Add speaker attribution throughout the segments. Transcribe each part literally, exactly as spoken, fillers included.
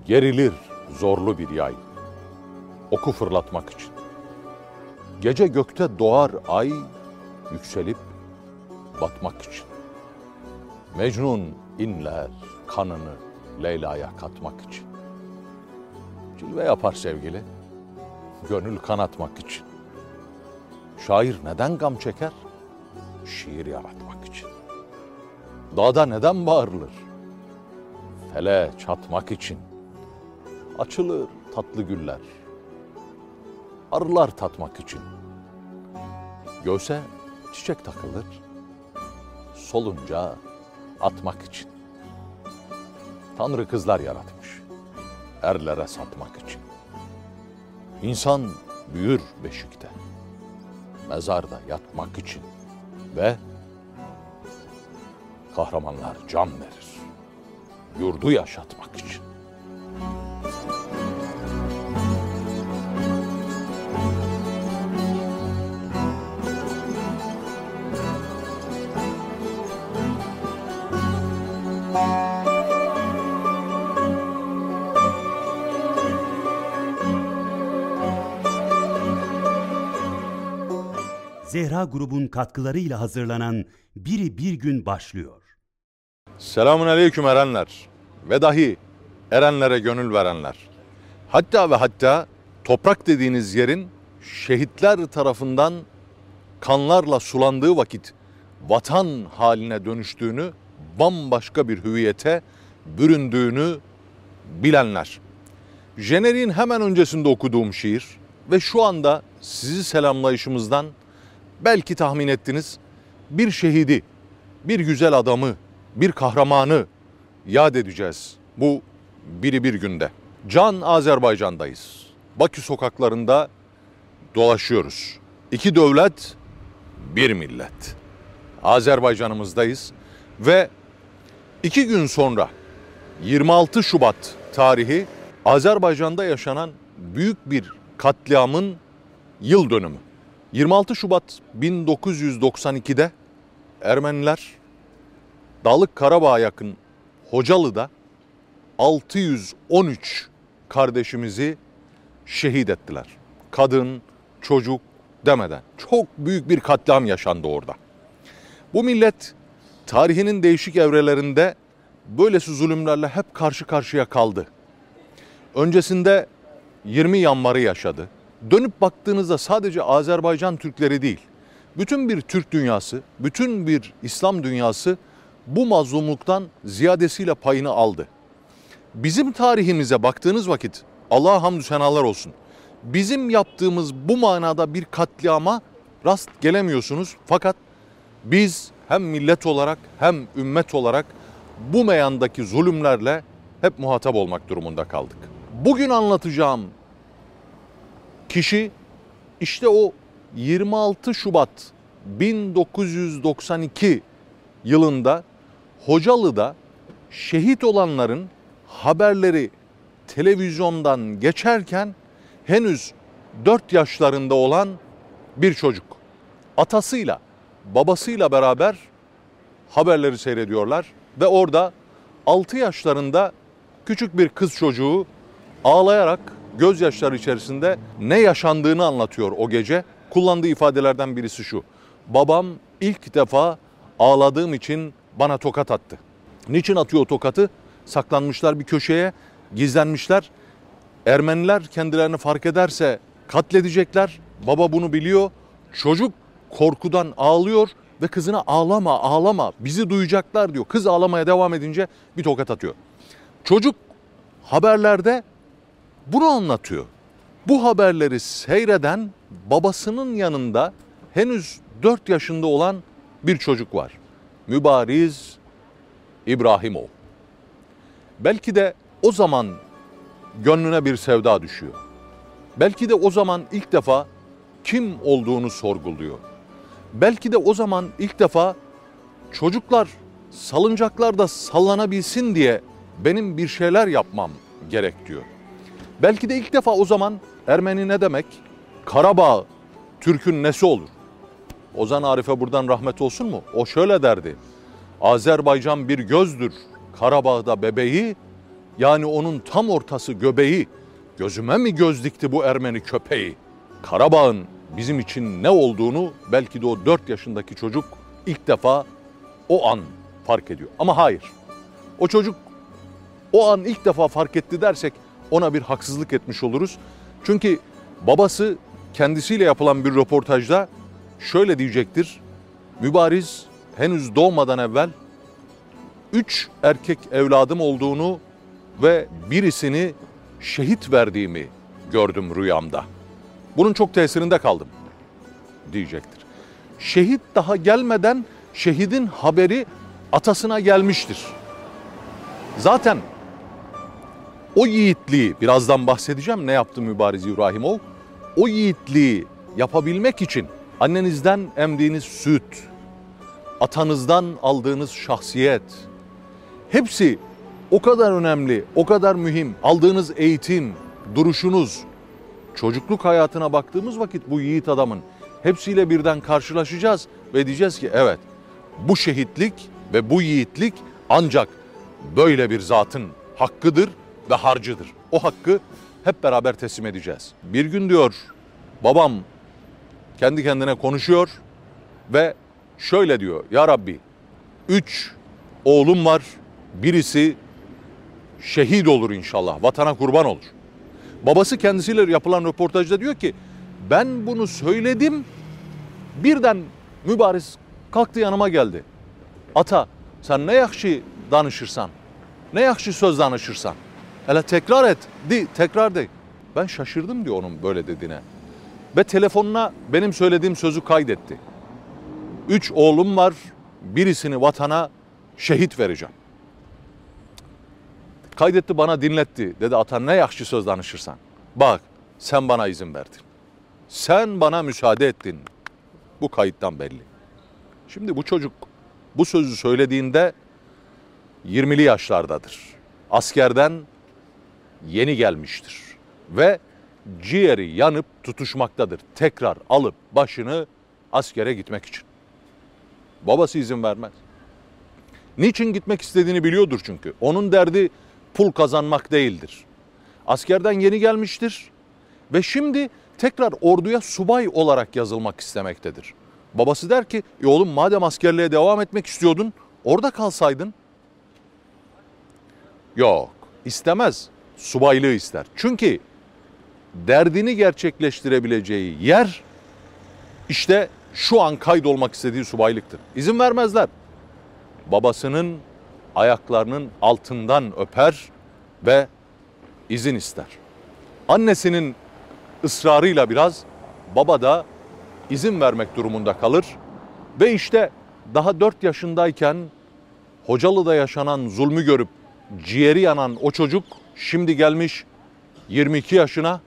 Speaker 1: Gerilir zorlu bir yay, oku fırlatmak için. Gece gökte doğar ay, yükselip batmak için. Mecnun inler kanını Leyla'ya katmak için. Cilve yapar sevgili, gönül kanatmak için. Şair neden gam çeker? Şiir yaratmak için. Dağda neden bağırılır? Fele çatmak için. Açılır tatlı güller, arılar tatmak için. Göğse çiçek takılır, solunca atmak için. Tanrı kızlar yaratmış, erlere satmak için. İnsan büyür beşikte, mezarda yatmak için ve kahramanlar can verir, yurdu yaşatmak için.
Speaker 2: Zehra Grubun katkılarıyla hazırlanan Biri Bir Gün başlıyor.
Speaker 1: Selamun aleyküm erenler ve dahi erenlere gönül verenler. Hatta ve hatta toprak dediğiniz yerin şehitler tarafından kanlarla sulandığı vakit vatan haline dönüştüğünü, bambaşka bir hüviyete büründüğünü bilenler. Jeneriğin hemen öncesinde okuduğum şiir ve şu anda sizi selamlayışımızdan belki tahmin ettiniz, bir şehidi, bir güzel adamı, bir kahramanı yad edeceğiz bu biri bir günde. Can Azerbaycan'dayız. Bakü sokaklarında dolaşıyoruz. İki devlet, bir millet. Azerbaycan'ımızdayız ve iki gün sonra yirmi altı Şubat tarihi Azerbaycan'da yaşanan büyük bir katliamın yıl dönümü. yirmi altı Şubat bin dokuz yüz doksan iki'de Ermeniler Dağlık Karabağ'a yakın Hocalı'da altı yüz on üç kardeşimizi şehit ettiler. Kadın, çocuk demeden çok büyük bir katliam yaşandı orada. Bu millet tarihinin değişik evrelerinde böylesi zulümlerle hep karşı karşıya kaldı. Öncesinde yirmi yanvarı yaşadı. Dönüp baktığınızda sadece Azerbaycan Türkleri değil, bütün bir Türk dünyası, bütün bir İslam dünyası bu mazlumluktan ziyadesiyle payını aldı. Bizim tarihimize baktığınız vakit Allah'a hamdü senalar olsun. Bizim yaptığımız bu manada bir katliama rast gelemiyorsunuz. Fakat biz hem millet olarak hem ümmet olarak bu meyandaki zulümlerle hep muhatap olmak durumunda kaldık. Bugün anlatacağım kişi işte o yirmi altı Şubat bin dokuz yüz doksan iki yılında Hocalı'da şehit olanların haberleri televizyondan geçerken henüz dört yaşlarında olan bir çocuk. Atasıyla, babasıyla beraber haberleri seyrediyorlar ve orada altı yaşlarında küçük bir kız çocuğu ağlayarak gözyaşları içerisinde ne yaşandığını anlatıyor o gece. Kullandığı ifadelerden birisi şu: babam ilk defa ağladığım için bana tokat attı. Niçin atıyor o tokatı? Saklanmışlar bir köşeye, gizlenmişler. Ermeniler kendilerini fark ederse katledecekler. Baba bunu biliyor. Çocuk korkudan ağlıyor ve kızına ağlama ağlama bizi duyacaklar diyor. Kız ağlamaya devam edince bir tokat atıyor. Çocuk haberlerde bunu anlatıyor. Bu haberleri seyreden babasının yanında henüz dört yaşında olan bir çocuk var. Mübariz İbrahimov. Belki de o zaman gönlüne bir sevda düşüyor. Belki de o zaman ilk defa kim olduğunu sorguluyor. Belki de o zaman ilk defa çocuklar salıncaklarda sallanabilsin diye benim bir şeyler yapmam gerek diyor. Belki de ilk defa o zaman Ermeni ne demek? Karabağ Türk'ün nesi olur? Ozan Arif'e buradan rahmet olsun mu? O şöyle derdi: Azerbaycan bir gözdür, Karabağ'da bebeği, Yani onun tam ortası göbeği. Gözüme mi göz dikti bu Ermeni köpeği? Karabağ'ın bizim için ne olduğunu belki de o dört yaşındaki çocuk ilk defa o an fark ediyor. Ama hayır. O çocuk o an ilk defa fark etti dersek ona bir haksızlık etmiş oluruz. Çünkü babası kendisiyle yapılan bir röportajda şöyle diyecektir. Mübariz henüz doğmadan evvel üç erkek evladım olduğunu ve birisini şehit verdiğimi gördüm rüyamda. Bunun çok tesirinde kaldım diyecektir. Şehit daha gelmeden şehidin haberi atasına gelmiştir. Zaten o yiğitliği, birazdan bahsedeceğim ne yaptı Mübariz İbrahimov, o yiğitliği yapabilmek için annenizden emdiğiniz süt, atanızdan aldığınız şahsiyet, hepsi o kadar önemli, o kadar mühim. Aldığınız eğitim, duruşunuz, çocukluk hayatına baktığımız vakit bu yiğit adamın hepsiyle birden karşılaşacağız ve diyeceğiz ki evet, bu şehitlik ve bu yiğitlik ancak böyle bir zatın hakkıdır ve harcıdır. O hakkı hep beraber teslim edeceğiz. Bir gün diyor babam kendi kendine konuşuyor ve şöyle diyor: Ya Rabbi, üç oğlum var, birisi şehit olur inşallah, vatana kurban olur. Babası kendisiyle yapılan röportajda diyor ki ben bunu söyledim, birden Mübariz kalktı yanıma geldi. Ata, sen ne yakşı danışırsan, ne yakşı söz danışırsan, hele tekrar et, di, tekrar de. Ben şaşırdım diyor onun böyle dediğine. Ve telefonuna benim söylediğim sözü kaydetti. Üç oğlum var, birisini vatana şehit vereceğim. Kaydetti, bana dinletti. Dedi ata, ne yakşı söz danışırsan. Bak, sen bana izin verdin. Sen bana müsaade ettin. Bu kayıttan belli. Şimdi bu çocuk bu sözü söylediğinde yirmili yaşlardadır. Askerden yeni gelmiştir. Ve ciğeri yanıp tutuşmaktadır. Tekrar alıp başını askere gitmek için. Babası izin vermez. Niçin gitmek istediğini biliyordur çünkü. Onun derdi pul kazanmak değildir. Askerden yeni gelmiştir ve şimdi tekrar orduya subay olarak yazılmak istemektedir. Babası der ki, e oğlum madem askerliğe devam etmek istiyordun, orada kalsaydın. Yok, istemez. Subaylığı ister. Çünkü derdini gerçekleştirebileceği yer işte şu an kaydolmak istediği subaylıktır. İzin vermezler. Babasının ayaklarının altından öper ve izin ister. Annesinin ısrarıyla biraz baba da izin vermek durumunda kalır ve işte daha dört yaşındayken Hocalı'da yaşanan zulmü görüp ciğeri yanan o çocuk şimdi gelmiş yirmi iki yaşına.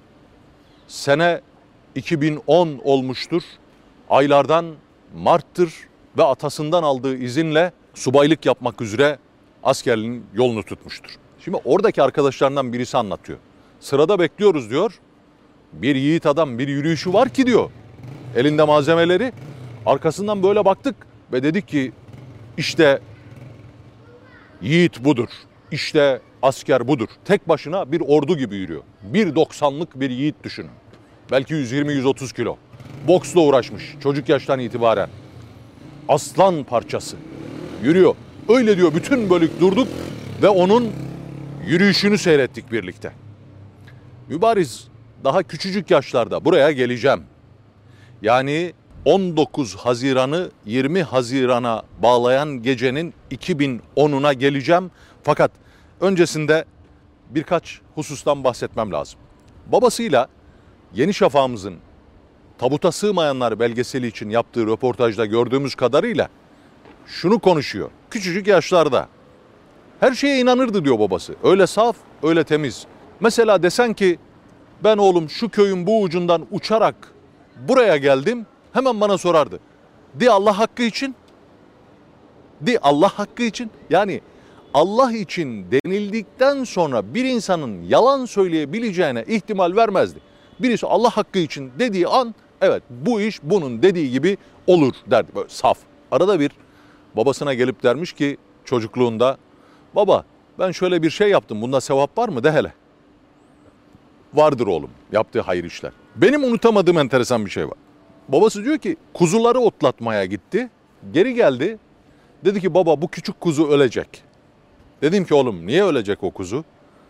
Speaker 1: Sene iki bin on olmuştur. Aylardan Mart'tır ve atasından aldığı izinle subaylık yapmak üzere askerliğin yolunu tutmuştur. Şimdi oradaki arkadaşlarından birisi anlatıyor. Sırada bekliyoruz diyor. Bir yiğit adam, bir yürüyüşü var ki diyor. Elinde malzemeleri. Arkasından böyle baktık ve dedik ki işte yiğit budur. İşte asker budur. Tek başına bir ordu gibi yürüyor. bir doksanlık bir yiğit düşünün. Belki yüz yirmi yüz otuz kilo. Boksla uğraşmış çocuk yaştan itibaren. Aslan parçası. Yürüyor. Öyle diyor, bütün bölük durduk ve onun yürüyüşünü seyrettik birlikte. Mübariz daha küçücük yaşlarda, buraya geleceğim. Yani on dokuz Haziran'ı yirmi Haziran'a bağlayan gecenin iki bin onuna geleceğim. Fakat öncesinde birkaç husustan bahsetmem lazım. Babasıyla Yeni Şafak'ımızın Tabuta Sığmayanlar belgeseli için yaptığı röportajda gördüğümüz kadarıyla şunu konuşuyor. Küçücük yaşlarda her şeye inanırdı diyor babası. Öyle saf, öyle temiz. Mesela desen ki ben oğlum şu köyün bu ucundan uçarak buraya geldim, hemen bana sorardı. Di Allah hakkı için. Di Allah hakkı için. Yani Allah için denildikten sonra bir insanın yalan söyleyebileceğine ihtimal vermezdi. Birisi Allah hakkı için dediği an evet bu iş bunun dediği gibi olur derdi. Böyle saf. Arada bir babasına gelip dermiş ki çocukluğunda, baba ben şöyle bir şey yaptım, bunda sevap var mı de hele. Vardır oğlum yaptığı hayır işler. Benim unutamadığım enteresan bir şey var. Babası diyor ki kuzuları otlatmaya gitti. Geri geldi. Dedi ki baba bu küçük kuzu ölecek. Dedim ki oğlum niye ölecek o kuzu?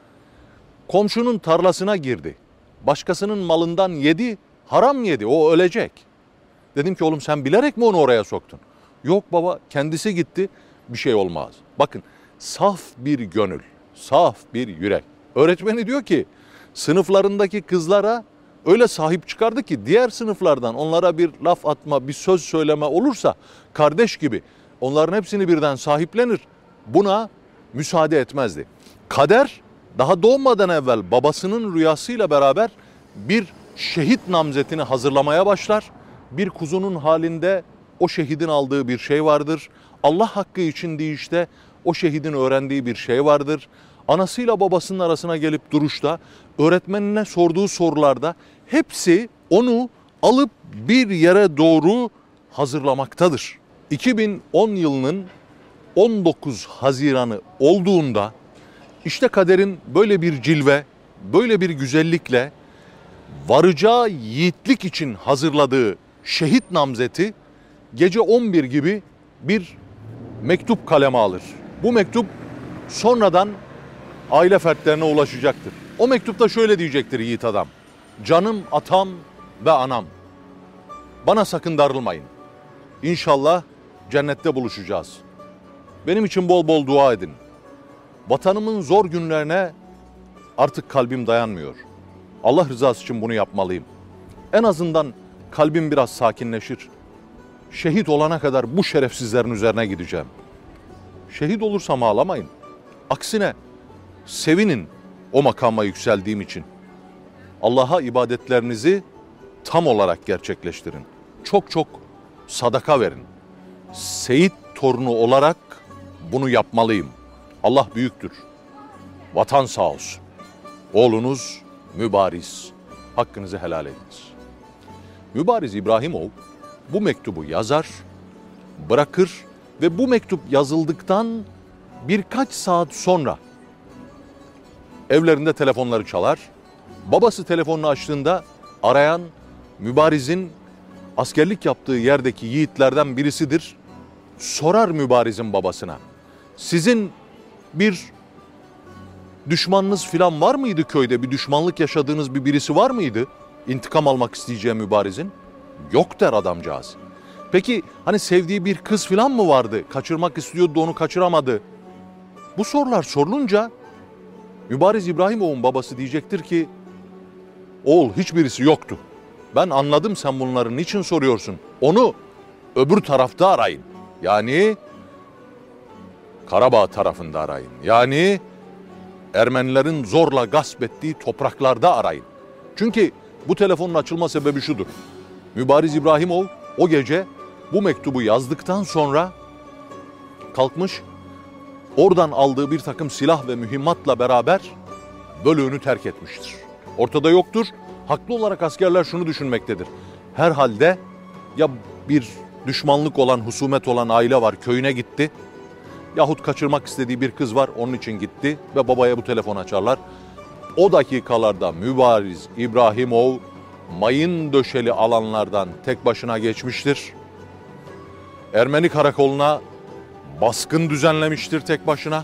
Speaker 1: Komşunun tarlasına girdi. Başkasının malından yedi, haram yedi, o ölecek. Dedim ki oğlum sen bilerek mi onu oraya soktun? Yok baba, kendisi gitti, bir şey olmaz. Bakın, saf bir gönül, saf bir yürek. Öğretmeni diyor ki sınıflarındaki kızlara öyle sahip çıkardı ki diğer sınıflardan onlara bir laf atma, bir söz söyleme olursa kardeş gibi onların hepsini birden sahiplenir. Buna müsaade etmezdi. Kader daha doğmadan evvel babasının rüyasıyla beraber bir şehit namzetini hazırlamaya başlar. Bir kuzunun halinde o şehidin aldığı bir şey vardır. Allah hakkı için deyişte o şehidin öğrendiği bir şey vardır. Anasıyla babasının arasına gelip duruşta, öğretmenine sorduğu sorularda hepsi onu alıp bir yere doğru hazırlamaktadır. iki bin on yılının on dokuz Haziran'ı olduğunda işte kaderin böyle bir cilve, böyle bir güzellikle varacağı yiğitlik için hazırladığı şehit namzeti gece on bir gibi bir mektup kaleme alır. Bu mektup sonradan aile fertlerine ulaşacaktır. O mektupta şöyle diyecektir yiğit adam. Canım atam ve anam, bana sakın darılmayın. İnşallah cennette buluşacağız. Benim için bol bol dua edin. Vatanımın zor günlerine artık kalbim dayanmıyor. Allah rızası için bunu yapmalıyım. En azından kalbim biraz sakinleşir. Şehit olana kadar bu şerefsizlerin üzerine gideceğim. Şehit olursam ağlamayın. Aksine sevinin o makama yükseldiğim için. Allah'a ibadetlerinizi tam olarak gerçekleştirin. Çok çok sadaka verin. Seyit torunu olarak bunu yapmalıyım. Allah büyüktür. Vatan sağ olsun. Oğlunuz Mübariz. Hakkınızı helal ediniz. Mübariz İbrahimov bu mektubu yazar, bırakır ve bu mektup yazıldıktan birkaç saat sonra evlerinde telefonları çalar. Babası telefonunu açtığında arayan Mübariz'in askerlik yaptığı yerdeki yiğitlerden birisidir. Sorar Mübariz'in babasına. Sizin bir düşmanınız falan var mıydı köyde? Bir düşmanlık yaşadığınız bir birisi var mıydı? İntikam almak isteyeceği Mübariz'in. Yok der adamcağız. Peki hani sevdiği bir kız falan mı vardı? Kaçırmak istiyordu, onu kaçıramadı. Bu sorular sorulunca Mübariz İbrahimov'un babası diyecektir ki oğul hiçbirisi yoktu. Ben anladım sen bunları niçin soruyorsun. Onu öbür tarafta arayın. Yani Karabağ tarafında arayın. Yani Ermenilerin zorla gasp ettiği topraklarda arayın. Çünkü bu telefonun açılma sebebi şudur. Mübariz İbrahimov o gece bu mektubu yazdıktan sonra kalkmış, oradan aldığı bir takım silah ve mühimmatla beraber bölüğünü terk etmiştir. Ortada yoktur. Haklı olarak askerler şunu düşünmektedir. Herhalde ya bir düşmanlık olan, husumet olan aile var, köyüne gitti. Yahut kaçırmak istediği bir kız var, onun için gitti ve babaya bu telefon açarlar. O dakikalarda Mübariz İbrahimov mayın döşeli alanlardan tek başına geçmiştir. Ermeni karakoluna baskın düzenlemiştir tek başına.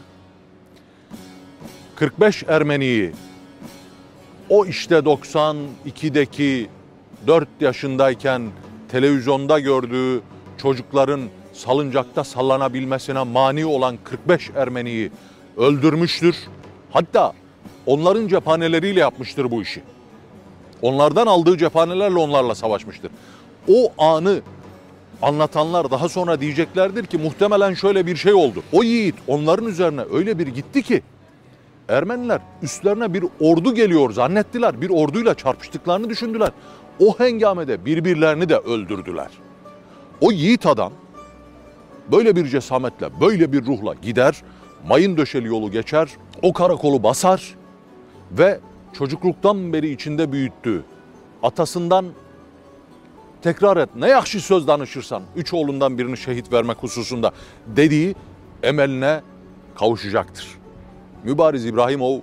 Speaker 1: kırk beş Ermeniyi o işte doksan ikideki dört yaşındayken televizyonda gördüğü çocukların salıncakta sallanabilmesine mani olan kırk beş Ermeniyi öldürmüştür. Hatta onların cephaneleriyle yapmıştır bu işi. Onlardan aldığı cephanelerle onlarla savaşmıştır. O anı anlatanlar daha sonra diyeceklerdir ki muhtemelen şöyle bir şey oldu. O yiğit onların üzerine öyle bir gitti ki Ermeniler üstlerine bir ordu geliyor zannettiler. Bir orduyla çarpıştıklarını düşündüler. O hengamede birbirlerini de öldürdüler. O yiğit adam böyle bir cesametle, böyle bir ruhla gider, mayın döşeli yolu geçer, o karakolu basar ve çocukluktan beri içinde büyüttüğü, atasından tekrar et, ne yakşı söz danışırsan, üç oğlundan birini şehit vermek hususunda dediği emeline kavuşacaktır. Mübariz İbrahimov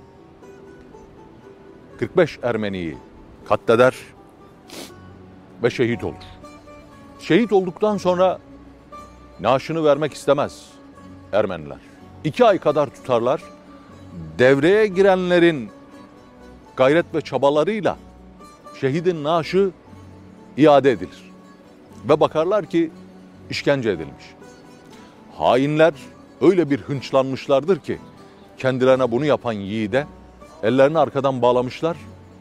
Speaker 1: kırk beş Ermeniyi katleder ve şehit olur. Şehit olduktan sonra naaşını vermek istemez Ermeniler. İki ay kadar tutarlar. Devreye girenlerin gayret ve çabalarıyla şehidin naaşı iade edilir. Ve bakarlar ki işkence edilmiş. Hainler öyle bir hınçlanmışlardır ki kendilerine bunu yapan yiğide ellerini arkadan bağlamışlar.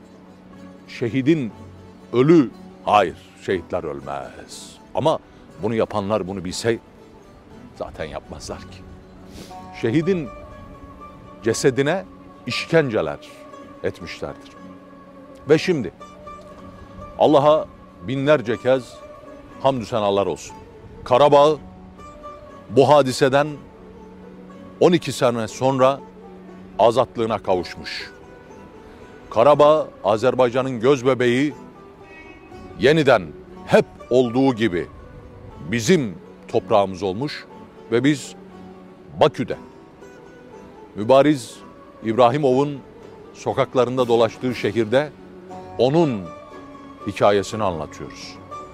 Speaker 1: Şehidin ölü, hayır, şehitler ölmez. Ama bunu yapanlar bunu bilse zaten yapmazlar ki. Şehidin cesedine işkenceler etmişlerdir. Ve şimdi Allah'a binlerce kez hamdü senalar olsun. Karabağ bu hadiseden on iki sene sonra azatlığına kavuşmuş. Karabağ, Azerbaycan'ın göz bebeği, yeniden hep olduğu gibi bizim toprağımız olmuş ve biz Bakü'de Mübariz İbrahimov'un sokaklarında dolaştığı şehirde onun hikayesini anlatıyoruz.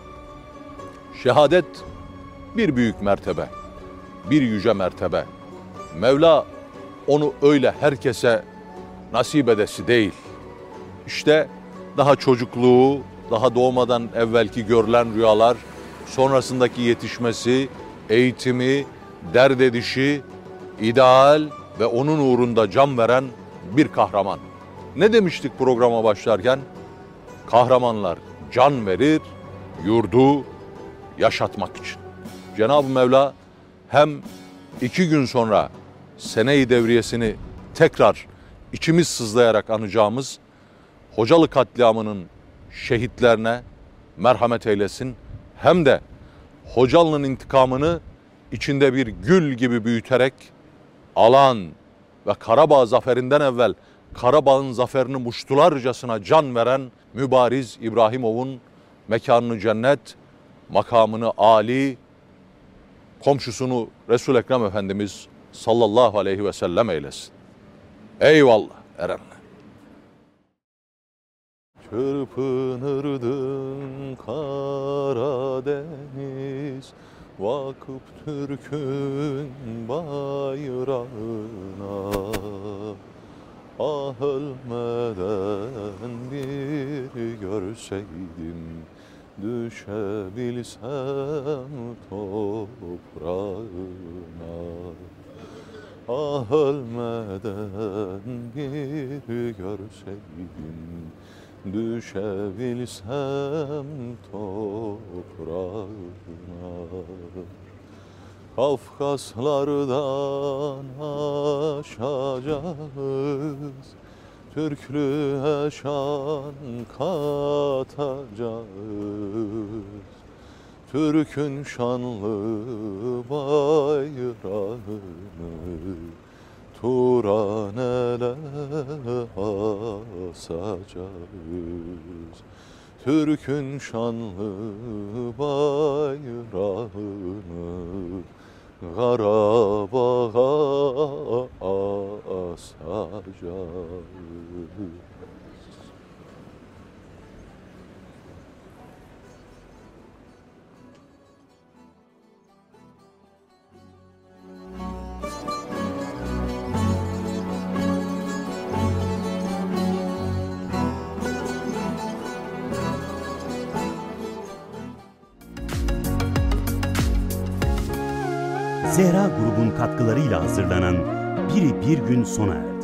Speaker 1: Şehadet bir büyük mertebe, bir yüce mertebe. Mevla onu öyle herkese nasip edesi değil. İşte daha çocukluğu, daha doğmadan evvelki görülen rüyalar, sonrasındaki yetişmesi, eğitimi, dert edişi, ideal ve onun uğrunda can veren bir kahraman. Ne demiştik programa başlarken? Kahramanlar can verir, yurdu yaşatmak için. Cenab-ı Mevla hem iki gün sonra sene-i devriyesini tekrar içimiz sızlayarak anacağımız Hocalı katliamının şehitlerine merhamet eylesin, hem de Hocalı'nın intikamını içinde bir gül gibi büyüterek alan ve Karabağ zaferinden evvel Karabağ'ın zaferini muştularcasına can veren Mübariz İbrahimov'un mekanını cennet, makamını âli, komşusunu Resul-i Ekrem Efendimiz sallallahu aleyhi ve sellem eylesin. Eyvallah erenler. Çırpınırdın Karadeniz, vakıf Türk'ün bayrağına. Ah ölmeden bir görseydim, düşebilsem toprağına. Ah ölmeden bir görseydim, düşebilsem toprağına. Kafkaslardan aşacağız, Türklüğe şan katacağız. Türk'ün şanlı bayrağını Turanele asacağız. Türk'ün şanlı bayrağını Karabağ'a asacağız.
Speaker 2: Zehra grubun katkılarıyla hazırlanan Biri Bir Gün sona erdi.